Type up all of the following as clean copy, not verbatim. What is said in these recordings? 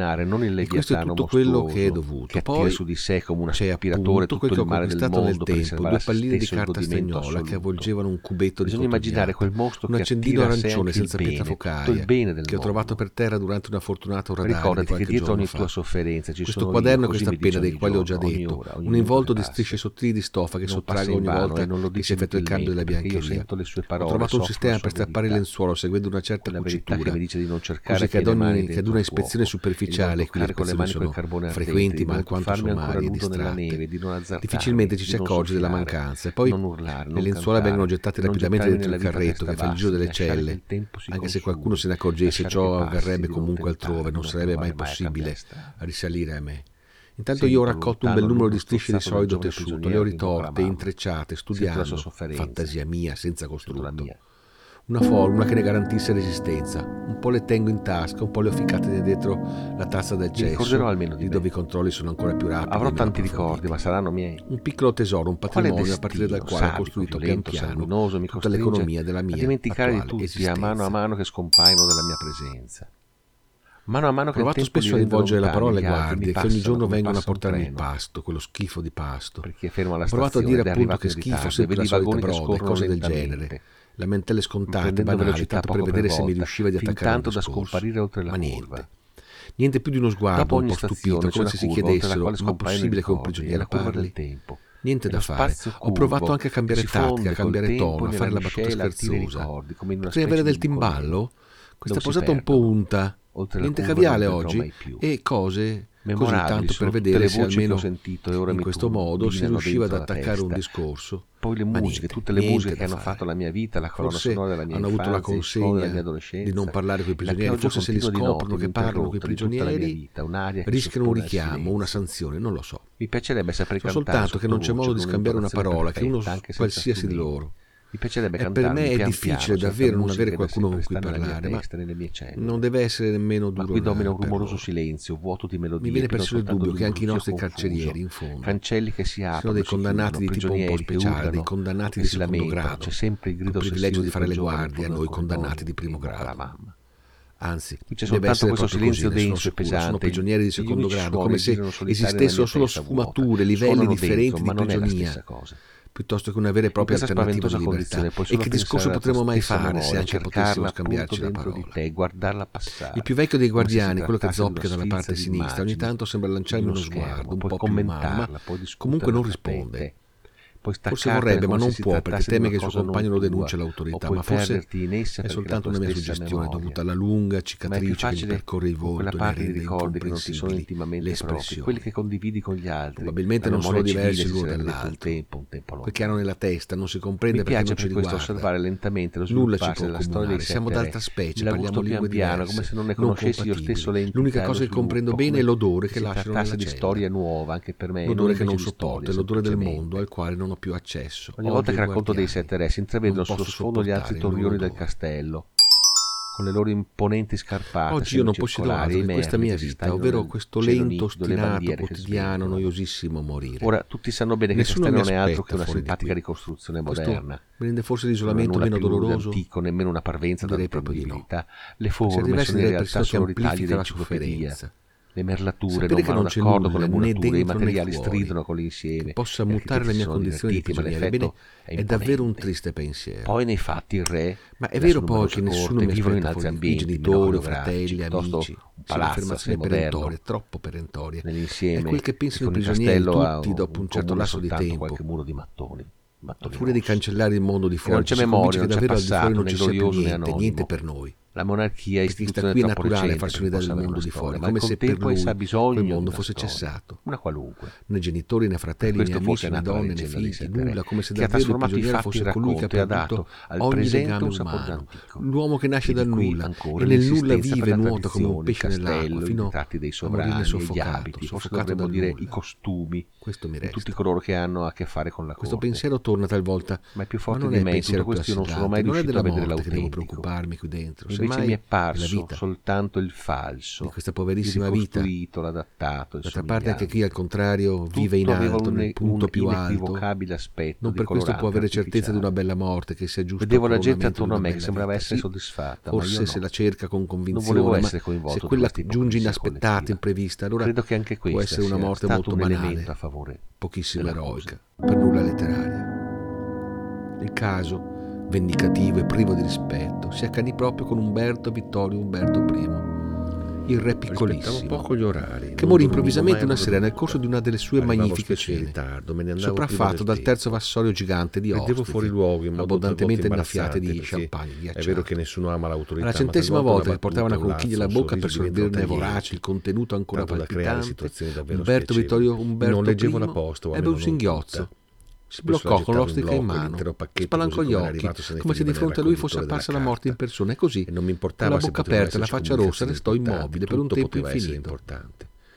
immaginare non il E questo è leviatano tutto quello che è mostruoso dovuto. che attira Poi su di sé come un c'è aspiratore appunto quel tutto che ho il male del conquistato nel mondo per tempo, riservare a due se palline di stesso il carta godimento stagnola che assoluto. avvolgevano un cubetto di Bisogna immaginare quel cotogliate, mostro un che accendino attira a sé arancione anche il senza pietra bene, tutto il focaia, bene del che ho trovato mondo. per terra durante una fortunata radare di Ricordati che qualche dietro giorno ogni tua fa. sofferenza ci Questo sono io, quaderno e così questa mi dice penna dei ogni quali ho già giorno, ogni detto, ora, ogni un minuto involto che di passa. strisce sottili di stoffa che Non passa sottraggo ogni invano volta e non lo che dice si effettua il cambio della inutilmente, perché io biancheria. sento le sue Ho parole, trovato un soffro sistema la sua per strappare il verità. lenzuolo seguendo una certa Quella verità che cucitura, mi dice di non cercare così a che ad piene mani una dentro il ispezione fuoco, e di non superficiale, qui le toccare con le ispezioni mani quel sono carbone ardente, frequenti di ma non alquanto tuffarmi ancora sommarie e nudo nella distratte, neve, di non azzardarmi, difficilmente ci di si non accorge della soffiare, mancanza. E poi non urlare, le non lenzuola vengono cantare, gettate e non rapidamente gettarmi dentro il nella vita a carretto testa che fa il bassa, giro di delle lasciare che celle, il tempo si anche se qualcuno consumi, se ne accorgesse, lasciare che ciò passi, avverrebbe di non comunque altrove, tentare, di non non sarebbe mai provare mai a cambiare possibile strada. risalire a me. Intanto io ho raccolto un bel numero di strisce di solido tessuto, le ho ritorte, intrecciate, studiando, fantasia mia, senza costrutto. Una formula che ne garantisse resistenza. Un po' le tengo in tasca, un po' le ho ficcate dentro la tazza del cesso, lì dove i controlli sono ancora più rapidi. Avrò tanti ricordi, ma saranno miei. Un piccolo tesoro, un patrimonio a partire dal quale ho costruito pian piano tutta l'economia della mia dimenticare di tutti esistenza. a mano che scompaiono dalla mia presenza. Mano a mano che ho provato spesso a rivolgere la parola alle guardie che ogni giorno vengono a portarmi il pasto, quello schifo di pasto. Ho provato a dire appunto che schifo, sempre la solita broda e cose del genere. Lamentele scontate, banali, tanto per vedere se mi riusciva di attaccare il discorso. Scomparire oltre la ma curva. Niente più di uno sguardo un po' stupito, come se si chiedessero: ma è possibile che un prigioniero parli? Niente da fare. Ho provato anche a cambiare tattica, a cambiare tono, a fare la battuta scherzosa. Potrei avere del timballo? Questa posata un po' unta. Niente caviale oggi e cose così, tanto per vedere se almeno in questo modo si riusciva ad attaccare un discorso. Poi le musiche, tutte le musiche che hanno fatto la mia vita, la colonna sonora della mia infanzia, hanno avuto la consegna di non parlare con i prigionieri. Forse se li scoprono che parlano con i prigionieri rischiano un richiamo, una sanzione, non lo so. Mi piacerebbe sapere cantare soltanto che non c'è modo di scambiare una parola, che uno qualsiasi di loro. Mi piacerebbe per me è difficile davvero non avere qualcuno con cui parlare, ma non deve essere nemmeno duro. Ma qui domina un rumoroso silenzio, vuoto di melodie. Mi viene persino il dubbio che anche i nostri carcerieri, in fondo, cancelli che si aprono, sono dei condannati di tipo un po' speciale, dei condannati di secondo grado, c'è sempre il grido il privilegio di fare le guardie a noi condannati di primo grado. Anzi, deve essere questo silenzio denso e pesante. Sono prigionieri di secondo grado, come se esistessero solo sfumature, livelli differenti di prigionia, piuttosto che una vera e propria alternativa di libertà. E che discorso potremmo mai fare se anche potessimo scambiarci la parola? Il più vecchio dei guardiani, quello che zoppica dalla parte sinistra, ogni tanto sembra lanciarmi uno sguardo un po' più umano, ma comunque non risponde. Forse vorrebbe, ma non può, perché teme che il suo compagno lo denunci all'autorità, ma forse è soltanto una mia suggestione dovuta alla lunga cicatrice che gli percorre il volto e ne rende incomprensibili le espressioni. Quelli che condividi con gli altri. Probabilmente non sono diversi l'uno dall'altro, perché hanno nella testa, non si comprende perché non ci riguarda. Osservare lentamente lo nulla ci può accomunare, siamo d'altra specie, parliamo lingue diverse, come se non ne conoscessi io stesso l'entità. L'unica cosa che comprendo bene è l'odore che lasciano nella di storia nuova anche per me, l'odore che non sopporto, è l'odore del mondo al quale non ho più accesso. Ogni volta che racconto dei sette re si intravedono sullo sfondo gli altri torrioni del castello con le loro imponenti scarpate. Oggi io non possiedo altro che questa mia vita, ovvero questo lento, ostinato, quotidiano, noiosissimo morire. Ora tutti sanno bene che il castello non è altro che una simpatica ricostruzione moderna. Mi rende forse l'isolamento meno doloroso? Antico, nemmeno una parvenza della prevedibilità. Le forme sono in realtà solo ritagli dell'enciclopedia. Le merlature non vanno d'accordo con le murature, i materiali stridono con l'insieme. Possa mutare la mia condizione di prigioniero, ebbene, è davvero un triste pensiero. Poi nei fatti il re, ma è vero poi che nessuno mi aspetta fuori, i genitori, fratelli, amici, un'affermazione perentoria, troppo perentoria. È quel che pensano i prigionieri tutti dopo un certo lasso di tempo. Qualche muro di mattoni. A furia di cancellare il mondo di fuori, ci si convince che davvero al di fuori non ci sia più niente per noi. La monarchia è istituzione qui naturale farsi un'idea del mondo di fuori, come se per lui quel mondo fosse cessato. Una qualunque. Né genitori, né fratelli, né amici, né donne, né figli, nulla, come se davvero il prigioniero fosse colui che ha perduto ogni legame umano. L'uomo che nasce dal nulla e nel nulla vive e nuota come un pesce nell'acqua, fino a morire soffocato dal nulla. I costumi, questo mi resta. Tutti coloro che hanno a che fare con la corte. Questo pensiero torna talvolta, ma è più forte di me, tutto questo io non sono mai riuscito a vedere l'autentico. Che devo preoccuparmi qui dentro. Invece mi è parso soltanto il falso di questa poverissima vita, l'adattato, d'altra parte anche chi al contrario vive in alto, nel punto più alto, non per questo può avere certezza di una bella morte che sia giusta. Vedevo la gente attorno a me che sembrava essere soddisfatta, forse se la cerca con convinzione, ma se quella giunge inaspettata, imprevista, allora credo che anche può essere una morte molto banale, pochissimo eroica, per nulla letteraria. Il caso, vendicativo e privo di rispetto, si accanì proprio con Umberto Vittorio Umberto I, il re piccolissimo, poco gli orari, che morì improvvisamente una sera nel corso di una delle sue magnifiche cene, sopraffatto dal terzo vassoio gigante di ospiti, fuori luogo in modo abbondantemente innaffiate di champagne ghiacciato. È vero che nessuno ama l'autorità, alla centesima volta che portavano una conchiglia alla bocca per sorvegliarne vorace il contenuto ancora palpitante, Umberto Vittorio Umberto I ebbe un singhiozzo. Si bloccò con l'ostica in mano, spalancò gli occhi, come se di fronte a lui fosse apparsa la morte in persona, e così, con la bocca aperta e la faccia rossa, restò immobile per un tempo infinito.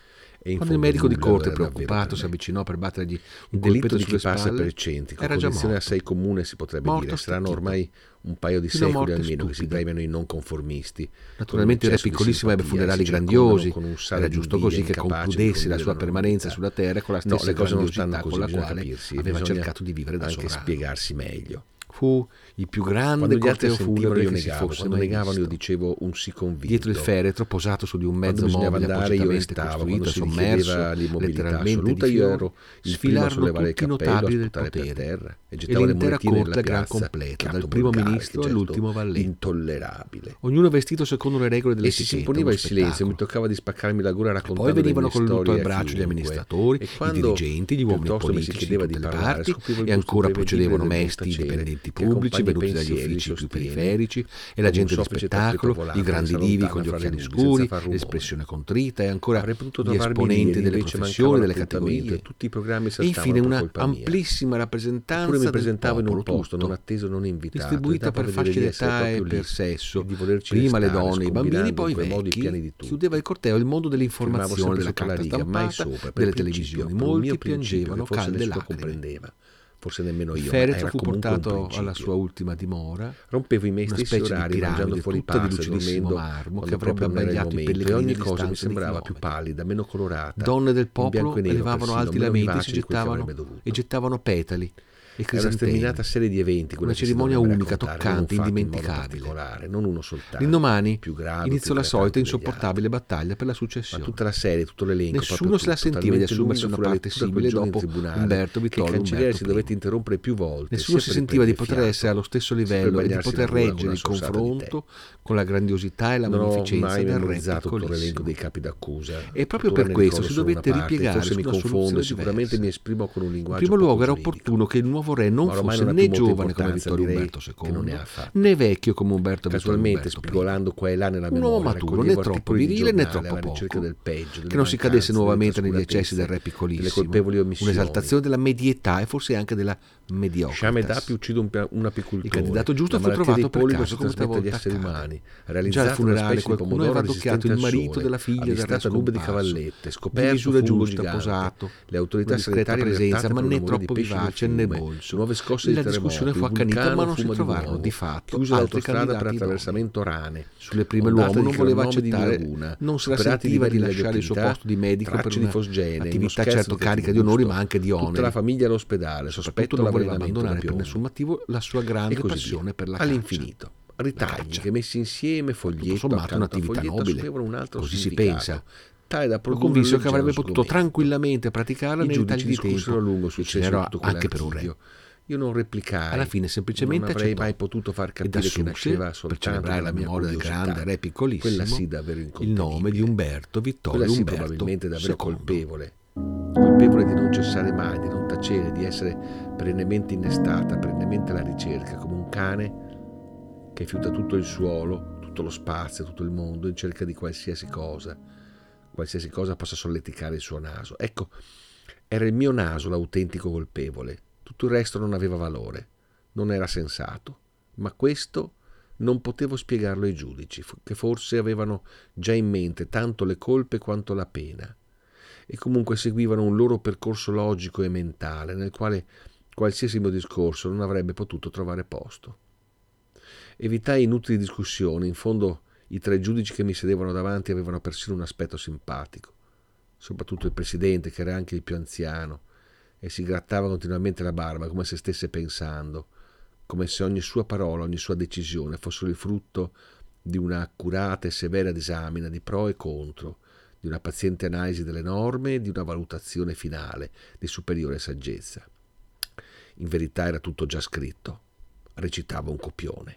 Quando il medico di corte, preoccupato, si avvicinò per battergli un colpetto sulle spalle, passa per eccentrico, era già condizione morto. assai comune si potrebbe Morto dire. Saranno stecchito. ormai un paio di Di una secoli morte almeno che si stupida. premiano i non conformisti. Naturalmente il re piccolissimo ebbe funerali grandiosi, era giusto così che concludesse la sua permanenza sulla terra con la stessa le cose non grandiosità stanno così, con la bisogna quale capirsi, aveva bisogna cercato di vivere da anche sovrano. spiegarsi meglio. Fu il più grande Quando gli altri corteo sentivano funebre io che si negavo, fosse quando mai negavano io visto. dicevo un sì convinto. Dietro il feretro, posato su di un Quando mezzo bisognava mobile andare io appositamente restavo, costruito, quando si sommerso, richiedeva l'immobilità letteralmente assoluta di io fiori, ero il primo a sfilarono sollevare il tutti i cappello, a notabili del sputare per potere terra e e gettavo le l'intera monetine corte nella a gran piazza. completa, Gatto dal primo volgare, ministro che all'ultimo gesto valletto. intollerabile. Ognuno vestito secondo le regole E dell'etichetta. si imponeva uno il silenzio, mi spettacolo. toccava di spaccarmi la gola E raccontando poi venivano le col mie lutto storie al a braccio gli chiunque. amministratori, E i quando dirigenti, gli uomini piuttosto mi si politici di chiedeva tutte di le parlare, parti scoprivo il e ancora gusto procedevano irreversibile del mesti, tacere, dipendenti che pubblici accompagna i venuti dagli pensieri, uffici più sostiene, periferici e la come un gente di soffice tappeto spettacolo, volante i che grandi si divi allontana con gli fra le occhiali nubi scuri, senza far rumore. l'espressione contrita e ancora Avrei potuto gli trovarmi lì esponenti ed delle invece professioni, mancava delle l'appuntamento categorie. e tutti i programmi E saltavano infine per una colpa mia. amplissima rappresentanza Eppure mi del presentavo in un popolo posto tutto, non atteso, non invitato, distribuita e dava per a vedere fasce di essere d'età e proprio lì per sesso, e di volerci prima le restare, donne, i bambini, scombinando poi i in quei modi piani vecchi. di tutto. Chiudeva il corteo il mondo Firmavo dell'informazione, sempre della sotto la carta riga, mai stampata, sopra, per delle principio, televisioni. per un Molti mio principio piangevano che forse calde nessuno lacrime. comprendeva, forse nemmeno Il io, ma feretro era fu comunque un portato alla principio. sua ultima dimora, Rompevo i miei una stessi specie di orari mangiando piramide fuori tutta di pasto e lucidissimo dormendo marmo che quando avrebbe proprio non era il abbagliato i momento, e pellegrini ogni a cosa mi distanza di sembrava più chilometri. pallida, meno colorata, Donne del in bianco popolo e nero elevavano persino, alti meno lamenti vivaci di quel che avrebbe e dovuto. gettavano petali e È una sterminata crisantemi. serie di eventi, quella Una che si cerimonia dovrebbe unica, raccontare, toccante, non un fatto in modo indimenticabile. particolare, non uno soltanto, L'indomani più grave, iniziò più la solita eclatante degli insopportabile battaglia per la Ma successione. tutta la serie, tutto l'elenco, Nessuno proprio se la tutto, sentiva di talmente assumersi lunga una fu la parte lettura simile quel giorno in dopo tribunale Umberto che il Vittorio cancelliere Umberto si I. dovette interrompere più volte, Nessuno sia si per sentiva di riprendere poter fiato, essere allo stesso sia per livello e di bagnarsi poter la gola con reggere una il sorsata di tè. confronto con la grandiosità e la Non ho magnificenza mai del re memorizzato tutto l'elenco piccolissimo. dei capi d'accusa. E proprio Tuttora per ne questo ricordo si solo una dovette parte, ripiegare forse su mi una confondo e soluzione sicuramente diversa. mi esprimo con un In linguaggio primo luogo poco era giuridico. opportuno che il nuovo re non Ma ormai fosse non ha né più molta giovane come importanza, Vittorio direi Umberto che non ne II, ha affatto. né vecchio come Umberto Vittorio Casualmente, Umberto I. spigolando qua e là nella Un uomo memoria, maturo, né raccoglievo troppo articoli di virile né giornale troppo alla ricerca poco, del peggio, delle che non si cadesse mancanze, delle nuovamente negli eccessi del re delle piccolissimo, colpevoli omissioni. un'esaltazione della medietà e forse anche della Sciame mediocritas. d'Api uccide un apicoltore. Il candidato giusto La fu malattia trovato dei per polipi caso si come trasmette agli stavolta esseri accade. umani. Già al Realizzata una funerale specie di qualcuno pomodoro aveva adocchiato resistente il al marito sole, della figlia del re avvistata nube di scomparso, cavallette, di scoperto misura fungo giusta, gigante. posato, Le autorità una discreta sanitarie presenza, allertate ma per un né amore di troppo pesci nel vivace né fiume, bolso. nuove scosse di La discussione terremoti, fu accanita, vulcano, ma non si fuma di trovarono nuovo, di fatto chiusa altri l'autostrada per candidati idonei. attraversamento rane, Sulle prime ondata l'uomo di non voleva grannomi di accettare, laguna, non se la superati i sentiva di livelli lasciare il suo radioattività, posto di medico per tracce di una fosgene, uno attività scherzo certo di carica di cattivo onori gusto. ma anche di Tutta oneri. la famiglia all'ospedale, Soprattutto sospetto non voleva l'avvelenamento da abbandonare per piombo. nessun motivo la sua grande E così passione via. per la caccia. All'infinito. Ritagli caccia. che messi insieme, Tutto foglietto sommato accanto a un'attività foglietto, nobile, assumevano un altro così si significato, pensa. tale da Lo produrre convinse un che avrebbe leggero potuto sgomento. tranquillamente praticarla I nei giudici tagli di discussero a tempo, lungo e sul ce n'era senso di tutto anche per un re. quell'archivio. Io non replicai. Alla fine semplicemente non avrei accettò mai potuto far ed capire che assunse, nasceva per soltanto celebrare dalla la mia memoria del curiosità, grande re piccolissimo, quella sì davvero il incontenibile, nome di Umberto Vittorio quella sì Umberto probabilmente davvero II. colpevole di non cessare mai, di non tacere, di essere perennemente innestata, perennemente alla ricerca, come un cane che fiuta tutto il suolo, tutto lo spazio, tutto il mondo in cerca di qualsiasi cosa possa solleticare il suo naso. Ecco, era il mio naso l'autentico colpevole, tutto il resto non aveva valore, non era sensato, ma questo non potevo spiegarlo ai giudici, che forse avevano già in mente tanto le colpe quanto la pena, e comunque seguivano un loro percorso logico e mentale nel quale qualsiasi mio discorso non avrebbe potuto trovare posto. Evitai inutili discussioni, in fondo i tre giudici che mi sedevano davanti avevano persino un aspetto simpatico, soprattutto il presidente, che era anche il più anziano, e si grattava continuamente la barba come se stesse pensando, come se ogni sua parola, ogni sua decisione fossero il frutto di una accurata e severa disamina di pro e contro, di una paziente analisi delle norme e di una valutazione finale di superiore saggezza. In verità era tutto già scritto, recitava un copione.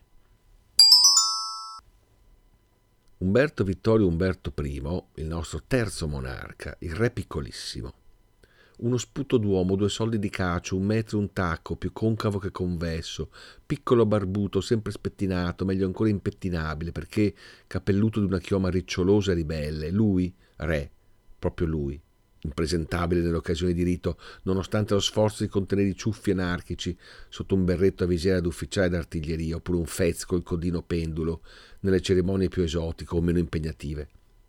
Umberto Vittorio Umberto I, il nostro terzo monarca, il re piccolissimo. Uno sputo d'uomo, 2 soldi di cacio, 1 metro e un tacco, più concavo che convesso, piccolo barbuto, sempre spettinato, meglio ancora impettinabile, perché capelluto di una chioma ricciolosa e ribelle. Lui, re, proprio lui, impresentabile nelle occasioni di rito, nonostante lo sforzo di contenere i ciuffi anarchici sotto un berretto a visiera d'ufficiale d'artiglieria, oppure un fez col codino pendulo, nelle cerimonie più esotiche o meno impegnative.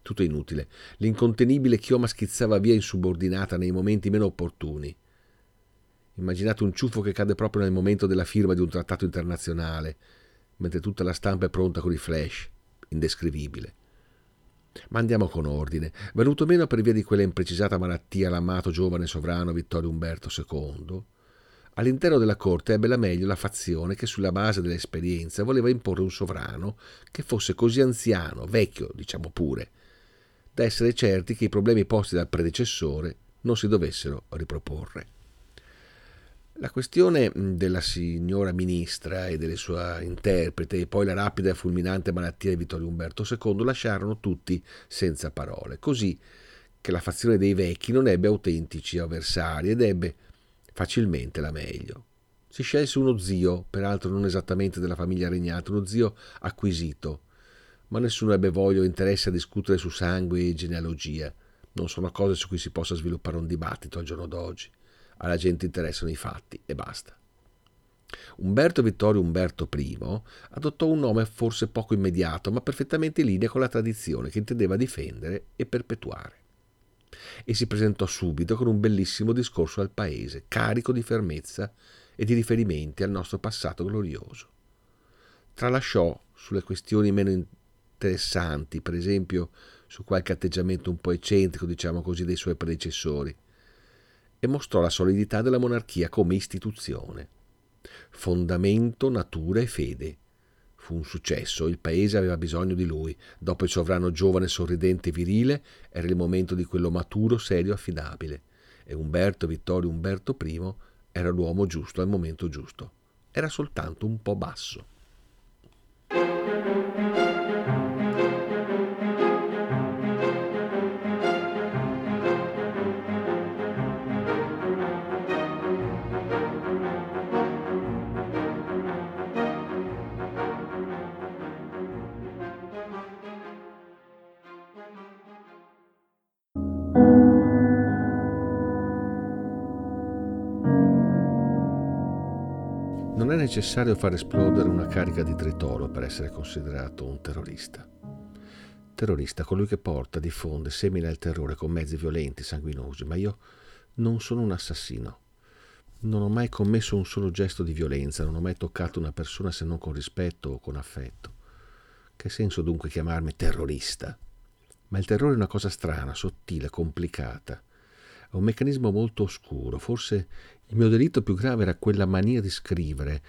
Tutto inutile. L'incontenibile chioma schizzava via insubordinata nei momenti meno opportuni. Immaginate un ciuffo che cade proprio nel momento della firma di un trattato internazionale, mentre tutta la stampa è pronta con i flash. Indescrivibile. Ma andiamo con ordine. Venuto meno per via di quella imprecisata malattia l'amato giovane sovrano Vittorio Umberto II, all'interno della corte ebbe la meglio la fazione che sulla base dell'esperienza voleva imporre un sovrano che fosse così anziano, vecchio, diciamo pure, da essere certi che i problemi posti dal predecessore non si dovessero riproporre. La questione della signora ministra e delle sue interprete e poi la rapida e fulminante malattia di Vittorio Umberto II lasciarono tutti senza parole, così che la fazione dei vecchi non ebbe autentici avversari ed ebbe facilmente la meglio. Si scelse uno zio, peraltro non esattamente della famiglia regnante, uno zio acquisito, ma nessuno ebbe voglia o interesse a discutere su sangue e genealogia. Non sono cose su cui si possa sviluppare un dibattito al giorno d'oggi. Alla gente interessano i fatti e basta. Umberto Vittorio Umberto I adottò un nome forse poco immediato, ma perfettamente in linea con la tradizione che intendeva difendere e perpetuare. E si presentò subito con un bellissimo discorso al paese, carico di fermezza e di riferimenti al nostro passato glorioso. Tralasciò sulle questioni meno interessanti, per esempio su qualche atteggiamento un po' eccentrico, diciamo così, dei suoi predecessori, e mostrò la solidità della monarchia come istituzione. Fondamento, natura e fede. Fu un successo, il paese aveva bisogno di lui. Dopo il sovrano giovane, sorridente e virile, era il momento di quello maturo, serio e affidabile. E Umberto Vittorio Umberto I era l'uomo giusto al momento giusto. Era soltanto un po' basso. Non è necessario far esplodere una carica di tritolo per essere considerato un terrorista. Terrorista, colui che porta, diffonde, semina il terrore con mezzi violenti, sanguinosi, ma io non sono un assassino. Non ho mai commesso un solo gesto di violenza, non ho mai toccato una persona se non con rispetto o con affetto. Che senso dunque chiamarmi terrorista? Ma il terrore è una cosa strana, sottile, complicata. È un meccanismo molto oscuro. Forse il mio delitto più grave era quella mania di scrivere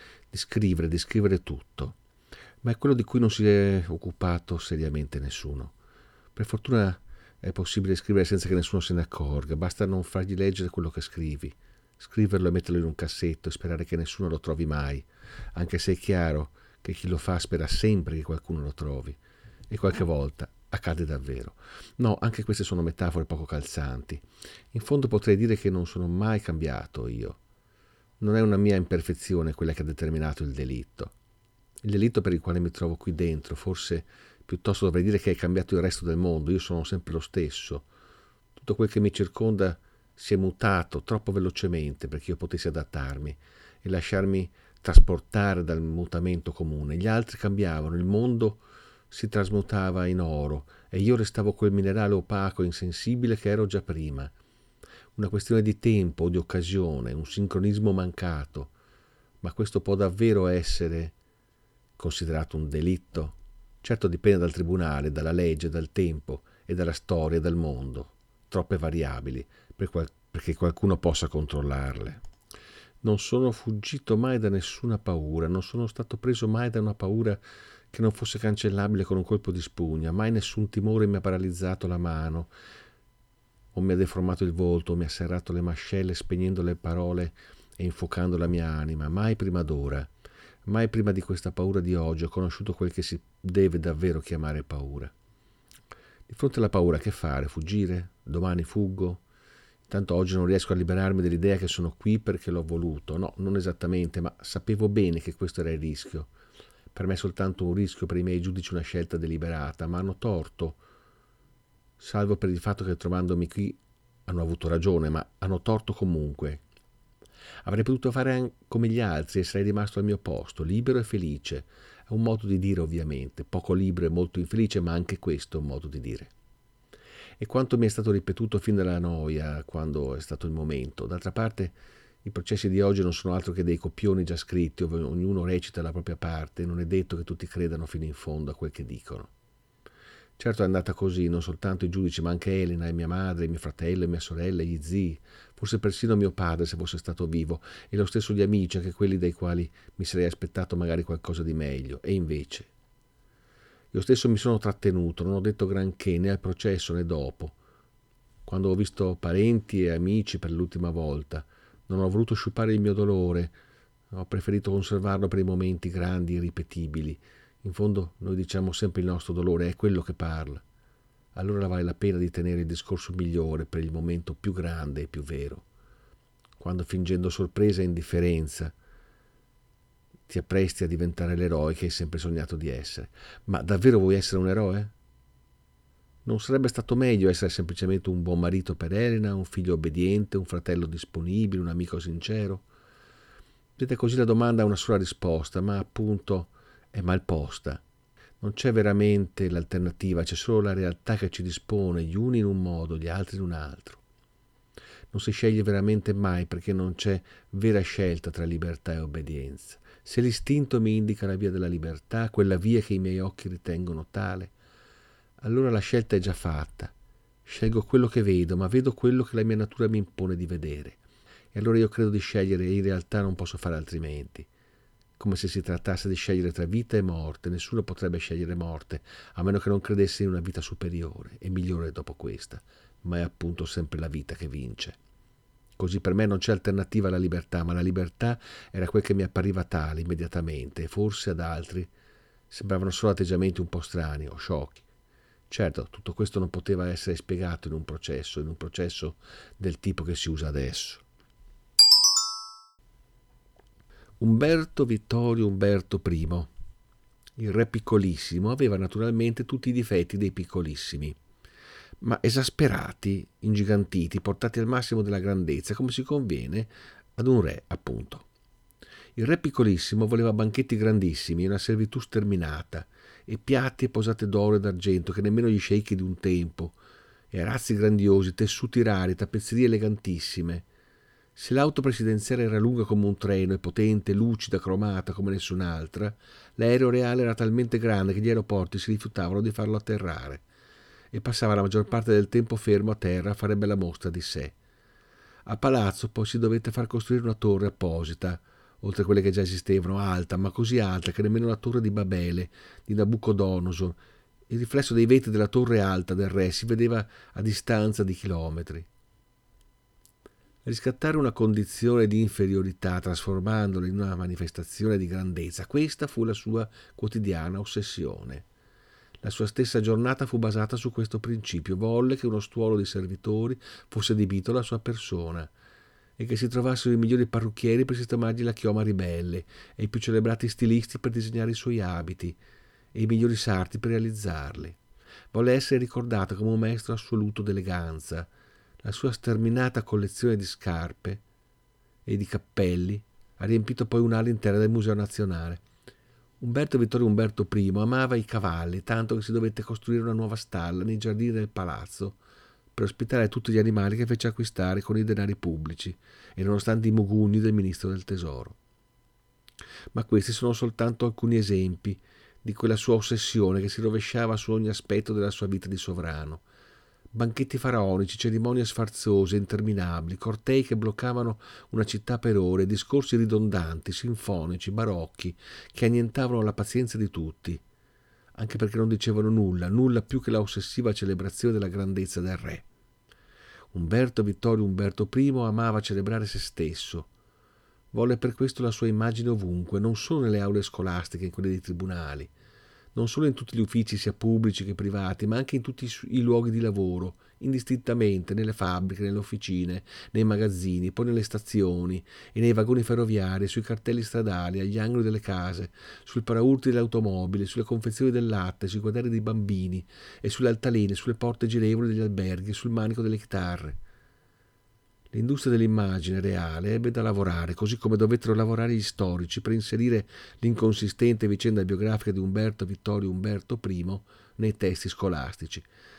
tutto. Ma è quello di cui non si è occupato seriamente nessuno. Per fortuna è possibile scrivere senza che nessuno se ne accorga. Basta non fargli leggere quello che scrivi. Scriverlo e metterlo in un cassetto e sperare che nessuno lo trovi mai, anche se è chiaro che chi lo fa spera sempre che qualcuno lo trovi. E qualche volta accade davvero. No, anche queste sono metafore poco calzanti. In fondo potrei dire che non sono mai cambiato io. Non è una mia imperfezione quella che ha determinato il delitto. Il delitto per il quale mi trovo qui dentro, forse piuttosto dovrei dire che è cambiato il resto del mondo. Io sono sempre lo stesso. Tutto quel che mi circonda si è mutato troppo velocemente perché io potessi adattarmi e lasciarmi trasportare dal mutamento comune. Gli altri cambiavano, il mondo si trasmutava in oro e io restavo quel minerale opaco e insensibile che ero già prima. Una questione di tempo o di occasione, un sincronismo mancato. Ma questo può davvero essere considerato un delitto? Certo dipende dal tribunale, dalla legge, dal tempo e dalla storia del mondo. Troppe variabili perché qualcuno possa controllarle. Non sono fuggito mai da nessuna paura, non sono stato preso mai da una paura che non fosse cancellabile con un colpo di spugna, mai nessun timore mi ha paralizzato la mano, o mi ha deformato il volto, o mi ha serrato le mascelle spegnendo le parole e infuocando la mia anima, mai prima d'ora, mai prima di questa paura di oggi ho conosciuto quel che si deve davvero chiamare paura. Di fronte alla paura che fare? Fuggire? Domani fuggo? Tanto oggi non riesco a liberarmi dell'idea che sono qui perché l'ho voluto. No, non esattamente, ma sapevo bene che questo era il rischio. Per me è soltanto un rischio, per i miei giudici una scelta deliberata, ma hanno torto, salvo per il fatto che trovandomi qui hanno avuto ragione, ma hanno torto comunque. Avrei potuto fare come gli altri e sarei rimasto al mio posto, libero e felice. È un modo di dire ovviamente, poco libero e molto infelice, ma anche questo è un modo di dire. e quanto mi è stato ripetuto fin dalla noia quando è stato il momento. D'altra parte, i processi di oggi non sono altro che dei copioni già scritti, dove ognuno recita la propria parte e non è detto che tutti credano fino in fondo a quel che dicono. Certo è andata così, non soltanto i giudici, ma anche Elena e mia madre, mio fratello e mia sorella, gli zii, forse persino mio padre se fosse stato vivo, e lo stesso gli amici, anche quelli dai quali mi sarei aspettato magari qualcosa di meglio. E invece, io stesso mi sono trattenuto, non ho detto granché né al processo né dopo. Quando ho visto parenti e amici per l'ultima volta, non ho voluto sciupare il mio dolore, ho preferito conservarlo per i momenti grandi e irripetibili. In fondo noi diciamo sempre il nostro dolore, è quello che parla. Allora vale la pena di tenere il discorso migliore per il momento più grande e più vero. Quando fingendo sorpresa e indifferenza ti appresti a diventare l'eroe che hai sempre sognato di essere. Ma davvero vuoi essere un eroe? Non sarebbe stato meglio essere semplicemente un buon marito per Elena, un figlio obbediente, un fratello disponibile, un amico sincero? Vedete, così la domanda ha una sola risposta, ma appunto è mal posta. Non c'è veramente l'alternativa, c'è solo la realtà che ci dispone, gli uni in un modo, gli altri in un altro. Non si sceglie veramente mai perché non c'è vera scelta tra libertà e obbedienza. Se l'istinto mi indica la via della libertà, quella via che i miei occhi ritengono tale, allora la scelta è già fatta. Scelgo quello che vedo, ma vedo quello che la mia natura mi impone di vedere. E allora io credo di scegliere e in realtà non posso fare altrimenti. Come se si trattasse di scegliere tra vita e morte. Nessuno potrebbe scegliere morte, a meno che non credesse in una vita superiore e migliore dopo questa, ma è appunto sempre la vita che vince. Così per me non c'è alternativa alla libertà, ma la libertà era quel che mi appariva tale immediatamente, e forse ad altri sembravano solo atteggiamenti un po' strani o sciocchi. Certo, tutto questo non poteva essere spiegato in un processo del tipo che si usa adesso. Umberto Vittorio Umberto I, il re piccolissimo, aveva naturalmente tutti i difetti dei piccolissimi, ma esasperati, ingigantiti, portati al massimo della grandezza, come si conviene ad un re, appunto. Il re piccolissimo voleva banchetti grandissimi, una servitù sterminata, e piatti e posate d'oro e d'argento che nemmeno gli sceicchi di un tempo, e arazzi grandiosi, tessuti rari, tappezzerie elegantissime. Se l'auto presidenziale era lunga come un treno e potente, lucida, cromata come nessun'altra, l'aereo reale era talmente grande che gli aeroporti si rifiutavano di farlo atterrare e passava la maggior parte del tempo fermo a terra a fare bella mostra di sé. A palazzo poi si dovette far costruire una torre apposita, oltre a quelle che già esistevano, alta, ma così alta che nemmeno la torre di Babele, di Nabucodonosor, il riflesso dei vetri della torre alta del re si vedeva a distanza di chilometri. Riscattare una condizione di inferiorità trasformandola in una manifestazione di grandezza, questa fu la sua quotidiana ossessione. La sua stessa giornata fu basata su questo principio. Volle che uno stuolo di servitori fosse adibito alla sua persona e che si trovassero i migliori parrucchieri per sistemargli la chioma ribelle e i più celebrati stilisti per disegnare i suoi abiti e i migliori sarti per realizzarli. Volle essere ricordato come un maestro assoluto d'eleganza. La sua sterminata collezione di scarpe e di cappelli ha riempito poi un'ala intera del Museo Nazionale. Umberto Vittorio Umberto I amava i cavalli, tanto che si dovette costruire una nuova stalla nei giardini del palazzo per ospitare tutti gli animali che fece acquistare con i denari pubblici e nonostante i mugugni del ministro del Tesoro. Ma questi sono soltanto alcuni esempi di quella sua ossessione che si rovesciava su ogni aspetto della sua vita di sovrano. Banchetti faraonici, cerimonie sfarzose, interminabili, cortei che bloccavano una città per ore, discorsi ridondanti, sinfonici, barocchi, che annientavano la pazienza di tutti, anche perché non dicevano nulla più che la ossessiva celebrazione della grandezza del re. Umberto Vittorio Umberto I amava celebrare se stesso. Volle per questo la sua immagine ovunque, non solo nelle aule scolastiche, in quelle dei tribunali, non solo in tutti gli uffici sia pubblici che privati, ma anche in tutti i luoghi di lavoro, indistintamente, nelle fabbriche, nelle officine, nei magazzini, poi nelle stazioni e nei vagoni ferroviari, sui cartelli stradali, agli angoli delle case, sul paraurti delle automobili, sulle confezioni del latte, sui quaderni dei bambini e sulle altalene, sulle porte girevoli degli alberghi, sul manico delle chitarre. L'industria dell'immagine reale ebbe da lavorare, così come dovettero lavorare gli storici per inserire l'inconsistente vicenda biografica di Umberto Vittorio Umberto I nei testi scolastici.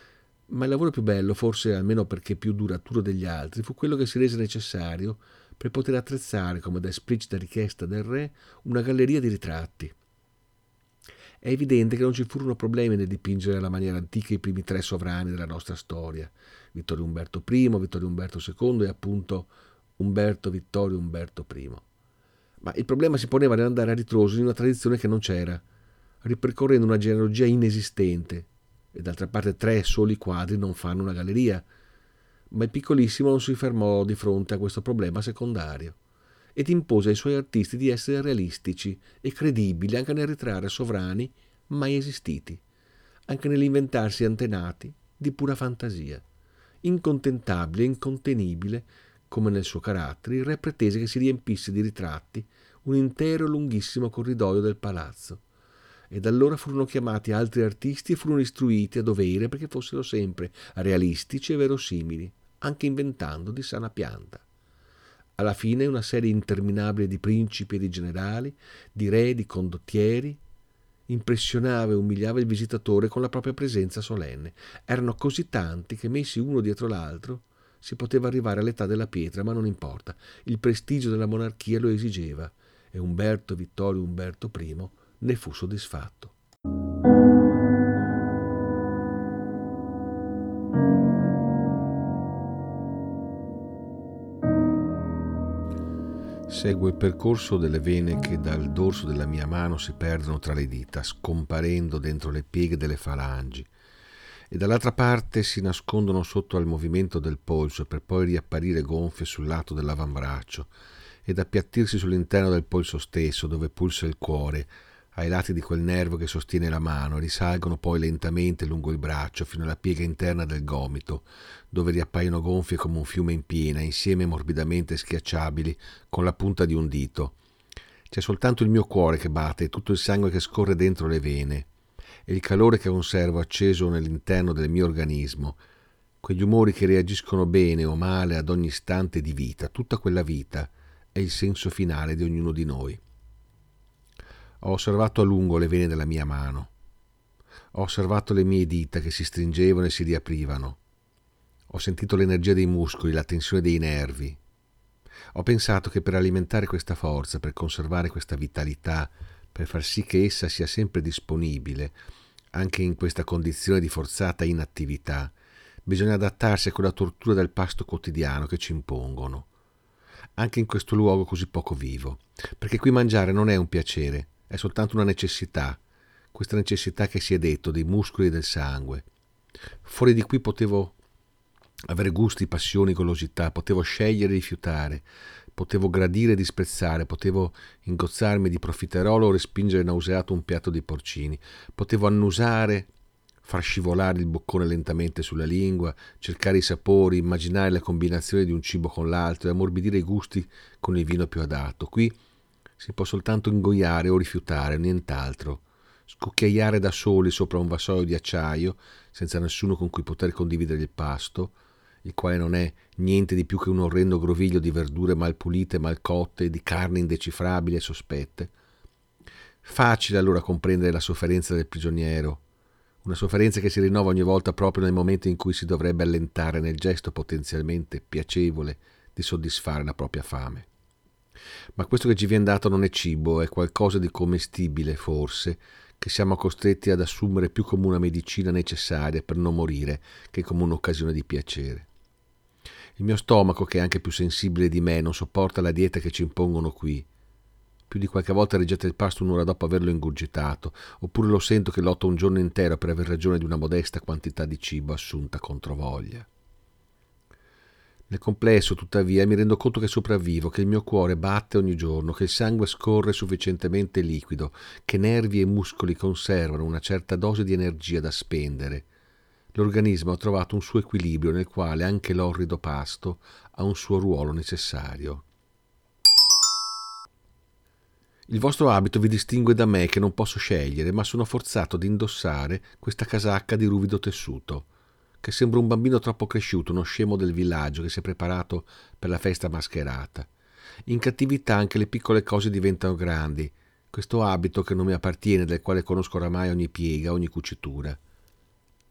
Ma il lavoro più bello, forse almeno perché più duraturo degli altri, fu quello che si rese necessario per poter attrezzare, come da esplicita richiesta del re, una galleria di ritratti. È evidente che non ci furono problemi nel dipingere alla maniera antica i primi 3 sovrani della nostra storia, Vittorio Umberto I, Vittorio Umberto II e appunto Umberto Vittorio Umberto I. Ma il problema si poneva nell'andare a ritroso di una tradizione che non c'era, ripercorrendo una genealogia inesistente, e d'altra parte 3 soli quadri non fanno una galleria. Ma il piccolissimo non si fermò di fronte a questo problema secondario ed impose ai suoi artisti di essere realistici e credibili anche nel ritrarre sovrani mai esistiti, anche nell'inventarsi antenati di pura fantasia. Incontentabile e incontenibile, come nel suo carattere, il re pretese che si riempisse di ritratti un intero lunghissimo corridoio del palazzo. Ed allora furono chiamati altri artisti e furono istruiti a dovere perché fossero sempre realistici e verosimili, anche inventando di sana pianta. Alla fine una serie interminabile di principi e di generali, di re, di condottieri, impressionava e umiliava il visitatore con la propria presenza solenne. Erano così tanti che, messi uno dietro l'altro, si poteva arrivare all'età della pietra, ma non importa. Il prestigio della monarchia lo esigeva e Umberto Vittorio Umberto I ne fu soddisfatto. Seguo il percorso delle vene che dal dorso della mia mano si perdono tra le dita, scomparendo dentro le pieghe delle falangi, e dall'altra parte si nascondono sotto al movimento del polso per poi riapparire gonfie sul lato dell'avambraccio ed appiattirsi sull'interno del polso stesso, dove pulsa il cuore, ai lati di quel nervo che sostiene la mano, e risalgono poi lentamente lungo il braccio fino alla piega interna del gomito, dove riappaiono gonfie come un fiume in piena, insieme morbidamente schiacciabili con la punta di un dito. C'è soltanto il mio cuore che batte e tutto il sangue che scorre dentro le vene, e il calore che conservo acceso nell'interno del mio organismo, quegli umori che reagiscono bene o male ad ogni istante di vita. Tutta quella vita è il senso finale di ognuno di noi. Ho osservato a lungo le vene della mia mano. Ho osservato le mie dita che si stringevano e si riaprivano. Ho sentito l'energia dei muscoli, la tensione dei nervi. Ho pensato che per alimentare questa forza, per conservare questa vitalità, per far sì che essa sia sempre disponibile, anche in questa condizione di forzata inattività, bisogna adattarsi a quella tortura del pasto quotidiano che ci impongono, anche in questo luogo così poco vivo, perché qui mangiare non è un piacere, è soltanto una necessità, questa necessità che si è detto dei muscoli e del sangue. Fuori di qui potevo avere gusti, passioni, golosità, potevo scegliere e rifiutare, potevo gradire e disprezzare, potevo ingozzarmi di profiterolo o respingere nauseato un piatto di porcini, potevo annusare, far scivolare il boccone lentamente sulla lingua, cercare i sapori, immaginare la combinazione di un cibo con l'altro e ammorbidire i gusti con il vino più adatto. Qui si può soltanto ingoiare o rifiutare, nient'altro. Scucchiaiare da soli sopra un vassoio di acciaio, senza nessuno con cui poter condividere il pasto, il quale non è niente di più che un orrendo groviglio di verdure mal pulite, mal cotte, di carni indecifrabili e sospette. Facile allora comprendere la sofferenza del prigioniero, una sofferenza che si rinnova ogni volta proprio nel momento in cui si dovrebbe allentare nel gesto potenzialmente piacevole di soddisfare la propria fame. Ma questo che ci viene dato non è cibo, è qualcosa di commestibile, forse, che siamo costretti ad assumere più come una medicina necessaria per non morire che come un'occasione di piacere. Il mio stomaco, che è anche più sensibile di me, non sopporta la dieta che ci impongono qui. Più di qualche volta rigetta il pasto un'ora dopo averlo ingurgitato, oppure lo sento che lotto un giorno intero per aver ragione di una modesta quantità di cibo assunta controvoglia. Nel complesso, tuttavia, mi rendo conto che sopravvivo, che il mio cuore batte ogni giorno, che il sangue scorre sufficientemente liquido, che nervi e muscoli conservano una certa dose di energia da spendere. L'organismo ha trovato un suo equilibrio nel quale anche l'orrido pasto ha un suo ruolo necessario. Il vostro abito vi distingue da me che non posso scegliere, ma sono forzato ad indossare questa casacca di ruvido tessuto, che sembra un bambino troppo cresciuto, uno scemo del villaggio che si è preparato per la festa mascherata. In cattività anche le piccole cose diventano grandi, questo abito che non mi appartiene, del quale conosco oramai ogni piega, ogni cucitura.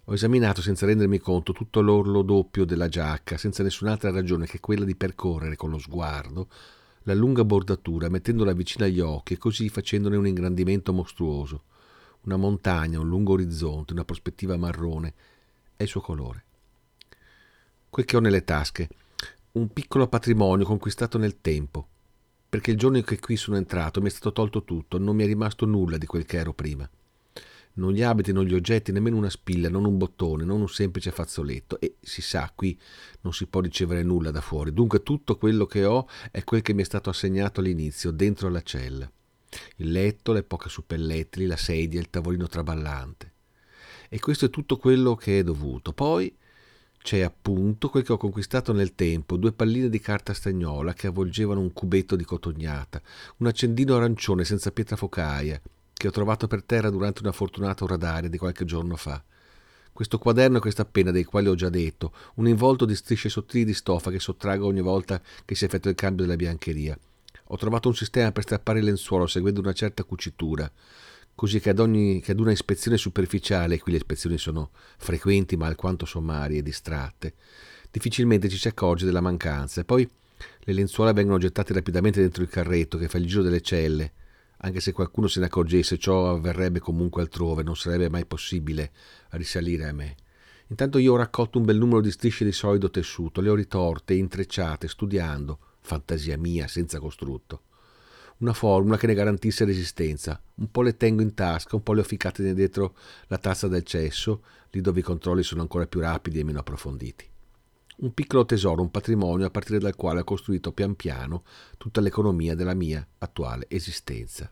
Ho esaminato senza rendermi conto tutto l'orlo doppio della giacca, senza nessun'altra ragione che quella di percorrere con lo sguardo la lunga bordatura, mettendola vicino agli occhi e così facendone un ingrandimento mostruoso. Una montagna, un lungo orizzonte, una prospettiva marrone e il suo colore. Quel che ho nelle tasche, un piccolo patrimonio conquistato nel tempo, perché il giorno in cui qui sono entrato mi è stato tolto tutto, non mi è rimasto nulla di quel che ero prima. Non gli abiti, non gli oggetti, nemmeno una spilla, non un bottone, non un semplice fazzoletto. E si sa, qui non si può ricevere nulla da fuori. Dunque tutto quello che ho è quel che mi è stato assegnato all'inizio, dentro la cella. Il letto, le poche suppellettili, la sedia, il tavolino traballante. E questo è tutto quello che è dovuto. Poi c'è appunto quel che ho conquistato nel tempo, 2 palline di carta stagnola che avvolgevano un cubetto di cotognata, un accendino arancione senza pietra focaia, che ho trovato per terra durante una fortunata uradaria di qualche giorno fa. Questo quaderno e questa penna dei quali ho già detto, un involto di strisce sottili di stoffa che sottraggo ogni volta che si effettua il cambio della biancheria. Ho trovato un sistema per strappare il lenzuolo seguendo una certa cucitura, così che ad una ispezione superficiale, qui le ispezioni sono frequenti ma alquanto sommarie e distratte, difficilmente ci si accorge della mancanza. E poi le lenzuola vengono gettate rapidamente dentro il carretto che fa il giro delle celle. Anche se qualcuno se ne accorgesse, ciò avverrebbe comunque altrove, non sarebbe mai possibile risalire a me. Intanto io ho raccolto un bel numero di strisce di solido tessuto, le ho ritorte e intrecciate, studiando, fantasia mia, senza costrutto, una formula che ne garantisse resistenza. Un po' le tengo in tasca, un po' le ho ficcate dietro la tazza del cesso, lì dove i controlli sono ancora più rapidi e meno approfonditi. Un piccolo tesoro, un patrimonio a partire dal quale ho costruito pian piano tutta l'economia della mia attuale esistenza.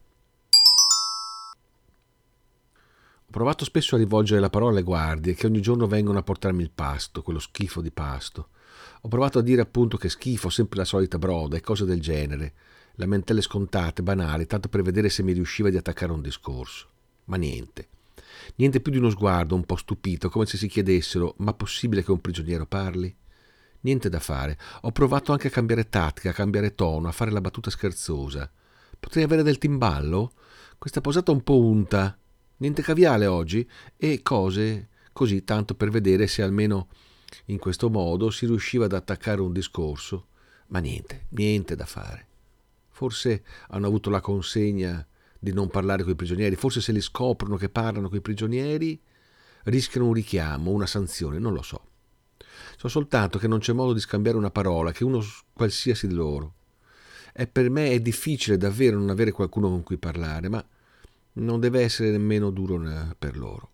Ho provato spesso a rivolgere la parola alle guardie che ogni giorno vengono a portarmi il pasto, quello schifo di pasto. Ho provato a dire appunto che schifo, sempre la solita broda e cose del genere, lamentele scontate, banali, tanto per vedere se mi riusciva di attaccare un discorso. Ma niente. Niente più di uno sguardo un po' stupito, come se si chiedessero: ma possibile che un prigioniero parli? Niente da fare. Ho provato anche a cambiare tattica, a cambiare tono, a fare la battuta scherzosa. Potrei avere del timballo? Questa posata un po' unta. Niente caviale oggi? E cose così, tanto per vedere se almeno in questo modo si riusciva ad attaccare un discorso. Ma niente da fare. Forse hanno avuto la consegna di non parlare coi prigionieri. Forse se li scoprono che parlano coi prigionieri rischiano un richiamo, una sanzione, non lo so. So soltanto che non c'è modo di scambiare una parola, che uno qualsiasi di loro. E per me è difficile davvero non avere qualcuno con cui parlare, ma non deve essere nemmeno duro per loro.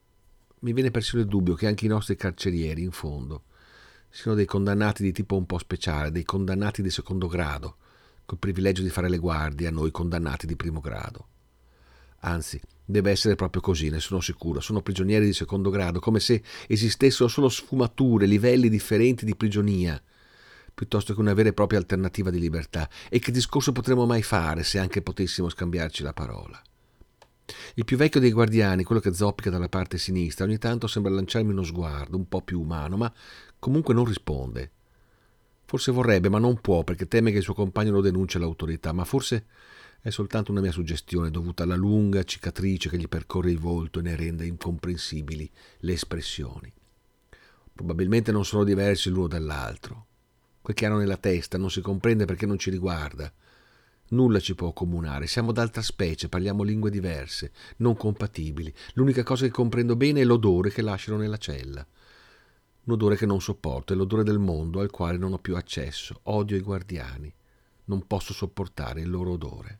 Mi viene persino il dubbio che anche i nostri carcerieri, in fondo, siano dei condannati di tipo un po' speciale, dei condannati di secondo grado, col privilegio di fare le guardie a noi condannati di primo grado. Anzi, deve essere proprio così, ne sono sicuro. Sono prigionieri di secondo grado, come se esistessero solo sfumature, livelli differenti di prigionia, piuttosto che una vera e propria alternativa di libertà. E che discorso potremmo mai fare se anche potessimo scambiarci la parola? Il più vecchio dei guardiani, quello che zoppica dalla parte sinistra, ogni tanto sembra lanciarmi uno sguardo un po' più umano, ma comunque non risponde. Forse vorrebbe, ma non può, perché teme che il suo compagno lo denunci all'autorità, ma forse è soltanto una mia suggestione dovuta alla lunga cicatrice che gli percorre il volto e ne rende incomprensibili le espressioni. Probabilmente non sono diversi l'uno dall'altro. Quel che hanno nella testa non si comprende perché non ci riguarda. Nulla ci può accomunare, siamo d'altra specie, parliamo lingue diverse, non compatibili. L'unica cosa che comprendo bene è l'odore che lasciano nella cella. Un odore che non sopporto, è l'odore del mondo al quale non ho più accesso. Odio i guardiani, non posso sopportare il loro odore.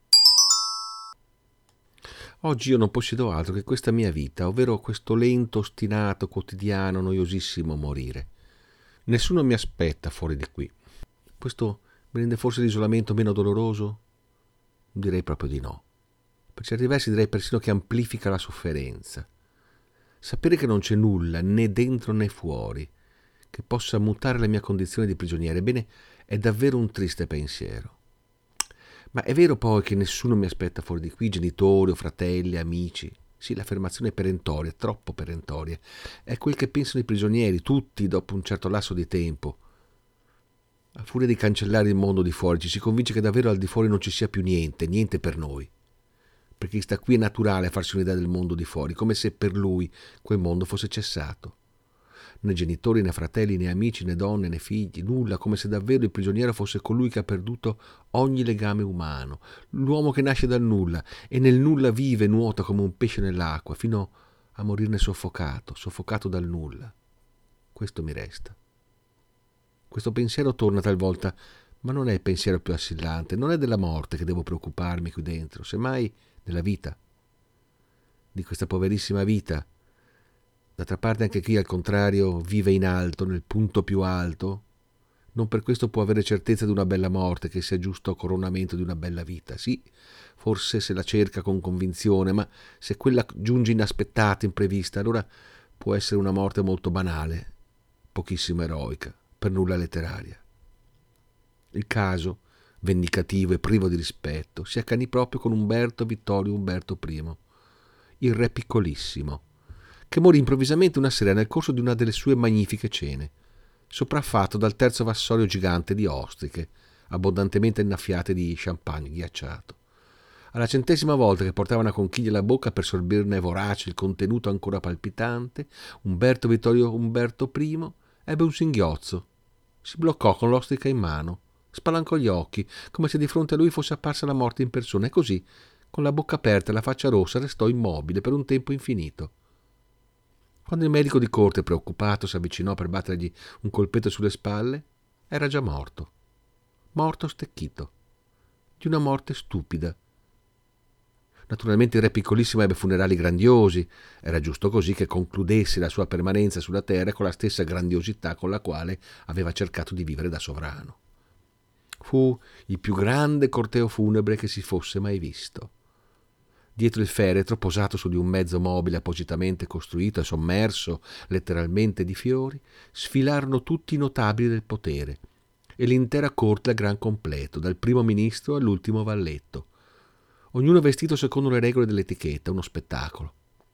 Oggi io non possiedo altro che questa mia vita, ovvero questo lento, ostinato, quotidiano, noiosissimo morire. Nessuno mi aspetta fuori di qui. Questo mi rende forse l'isolamento meno doloroso? Direi proprio di no. Per certi versi direi persino che amplifica la sofferenza. Sapere che non c'è nulla, né dentro né fuori, che possa mutare la mia condizione di prigioniero, ebbene, è davvero un triste pensiero. Ma è vero poi che nessuno mi aspetta fuori di qui, genitori o fratelli, amici? Sì, l'affermazione è perentoria, troppo perentoria. È quel che pensano i prigionieri, tutti dopo un certo lasso di tempo. A furia di cancellare il mondo di fuori, ci si convince che davvero al di fuori non ci sia più niente, niente per noi. Per chi sta qui è naturale farsi un'idea del mondo di fuori, come se per lui quel mondo fosse cessato. Né genitori, né fratelli, né amici, né donne, né figli, nulla, come se davvero il prigioniero fosse colui che ha perduto ogni legame umano, l'uomo che nasce dal nulla e nel nulla vive e nuota come un pesce nell'acqua, fino a morirne soffocato dal nulla. Questo mi resta. Questo pensiero torna talvolta, ma non è il pensiero più assillante, non è della morte che devo preoccuparmi qui dentro, semmai della vita, di questa poverissima vita. D'altra parte anche chi al contrario vive in alto, nel punto più alto, non per questo può avere certezza di una bella morte che sia giusto coronamento di una bella vita. Sì, forse se la cerca con convinzione, ma se quella giunge inaspettata, imprevista, allora può essere una morte molto banale, pochissimo eroica, per nulla letteraria. Il caso, vendicativo e privo di rispetto, si accanì proprio con Umberto Vittorio Umberto I, il re piccolissimo, che morì improvvisamente una sera nel corso di una delle sue magnifiche cene, sopraffatto dal terzo vassoio gigante di ostriche, abbondantemente innaffiate di champagne ghiacciato. Alla 100ª volta che portava una conchiglia alla bocca per sorbirne vorace il contenuto ancora palpitante, Umberto Vittorio Umberto I ebbe un singhiozzo, si bloccò con l'ostrica in mano, spalancò gli occhi, come se di fronte a lui fosse apparsa la morte in persona, e così, con la bocca aperta e la faccia rossa, restò immobile per un tempo infinito. Quando il medico di corte, preoccupato, si avvicinò per battergli un colpetto sulle spalle, era già morto stecchito, di una morte stupida. Naturalmente il re piccolissimo ebbe funerali grandiosi, era giusto così che concludesse la sua permanenza sulla terra con la stessa grandiosità con la quale aveva cercato di vivere da sovrano. Fu il più grande corteo funebre che si fosse mai visto. Dietro il feretro, posato su di un mezzo mobile appositamente costruito e sommerso letteralmente di fiori, sfilarono tutti i notabili del potere e l'intera corte al gran completo, dal primo ministro all'ultimo valletto, ognuno vestito secondo le regole dell'etichetta, uno spettacolo.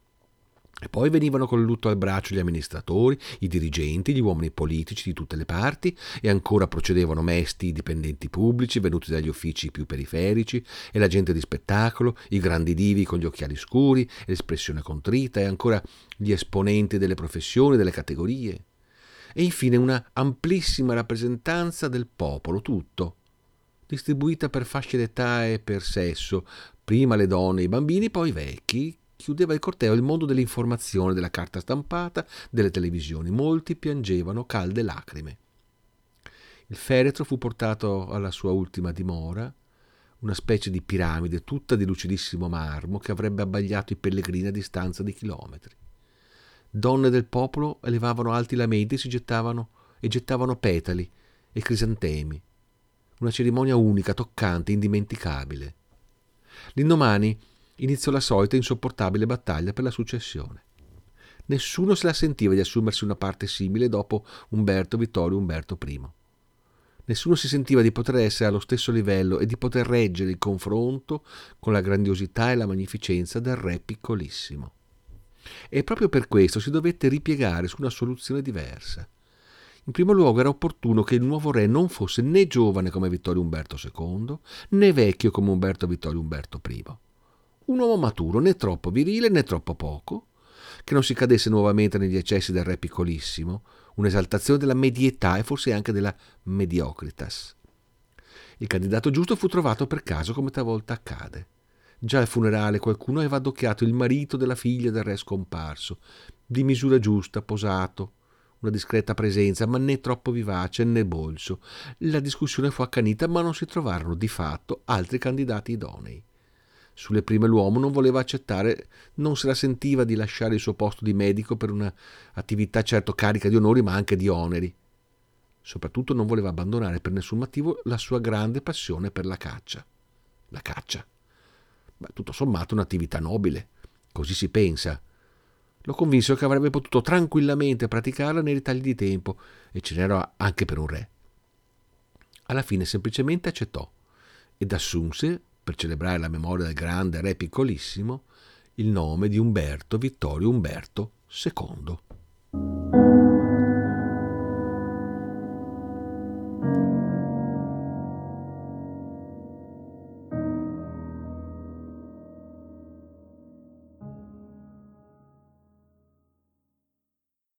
E poi venivano col lutto al braccio gli amministratori, i dirigenti, gli uomini politici di tutte le parti, e ancora procedevano mesti i dipendenti pubblici venuti dagli uffici più periferici, e la gente di spettacolo, i grandi divi con gli occhiali scuri e l'espressione contrita, e ancora gli esponenti delle professioni, delle categorie. E infine una amplissima rappresentanza del popolo, tutto, distribuita per fasce d'età e per sesso, prima le donne e i bambini, poi i vecchi. Chiudeva il corteo il mondo dell'informazione, della carta stampata, delle televisioni. Molti piangevano calde lacrime. Il feretro fu portato alla sua ultima dimora, una specie di piramide tutta di lucidissimo marmo che avrebbe abbagliato i pellegrini a distanza di chilometri. Donne del popolo elevavano alti lamenti e gettavano petali e crisantemi. Una cerimonia unica, toccante, indimenticabile. L'indomani iniziò la solita insopportabile battaglia per la successione. Nessuno se la sentiva di assumersi una parte simile dopo Umberto Vittorio Umberto I. Nessuno si sentiva di poter essere allo stesso livello e di poter reggere il confronto con la grandiosità e la magnificenza del re piccolissimo. E proprio per questo si dovette ripiegare su una soluzione diversa. In primo luogo era opportuno che il nuovo re non fosse né giovane come Vittorio Umberto II, né vecchio come Umberto Vittorio Umberto I. Un uomo maturo, né troppo virile né troppo poco, che non si cadesse nuovamente negli eccessi del re piccolissimo, un'esaltazione della medietà e forse anche della mediocritas. Il candidato giusto fu trovato per caso, come talvolta accade. Già al funerale qualcuno aveva addocchiato il marito della figlia del re scomparso, di misura giusta, posato, una discreta presenza, ma né troppo vivace né bolso. La discussione fu accanita, ma non si trovarono di fatto altri candidati idonei. Sulle prime l'uomo non voleva accettare, non se la sentiva di lasciare il suo posto di medico per un'attività certo carica di onori ma anche di oneri. Soprattutto non voleva abbandonare per nessun motivo la sua grande passione per la caccia. La caccia. Ma tutto sommato un'attività nobile, così si pensa. Lo convinsero che avrebbe potuto tranquillamente praticarla nei ritagli di tempo, e ce n'era anche per un re. Alla fine semplicemente accettò ed assunse, per celebrare la memoria del grande re piccolissimo, il nome di Umberto Vittorio Umberto II.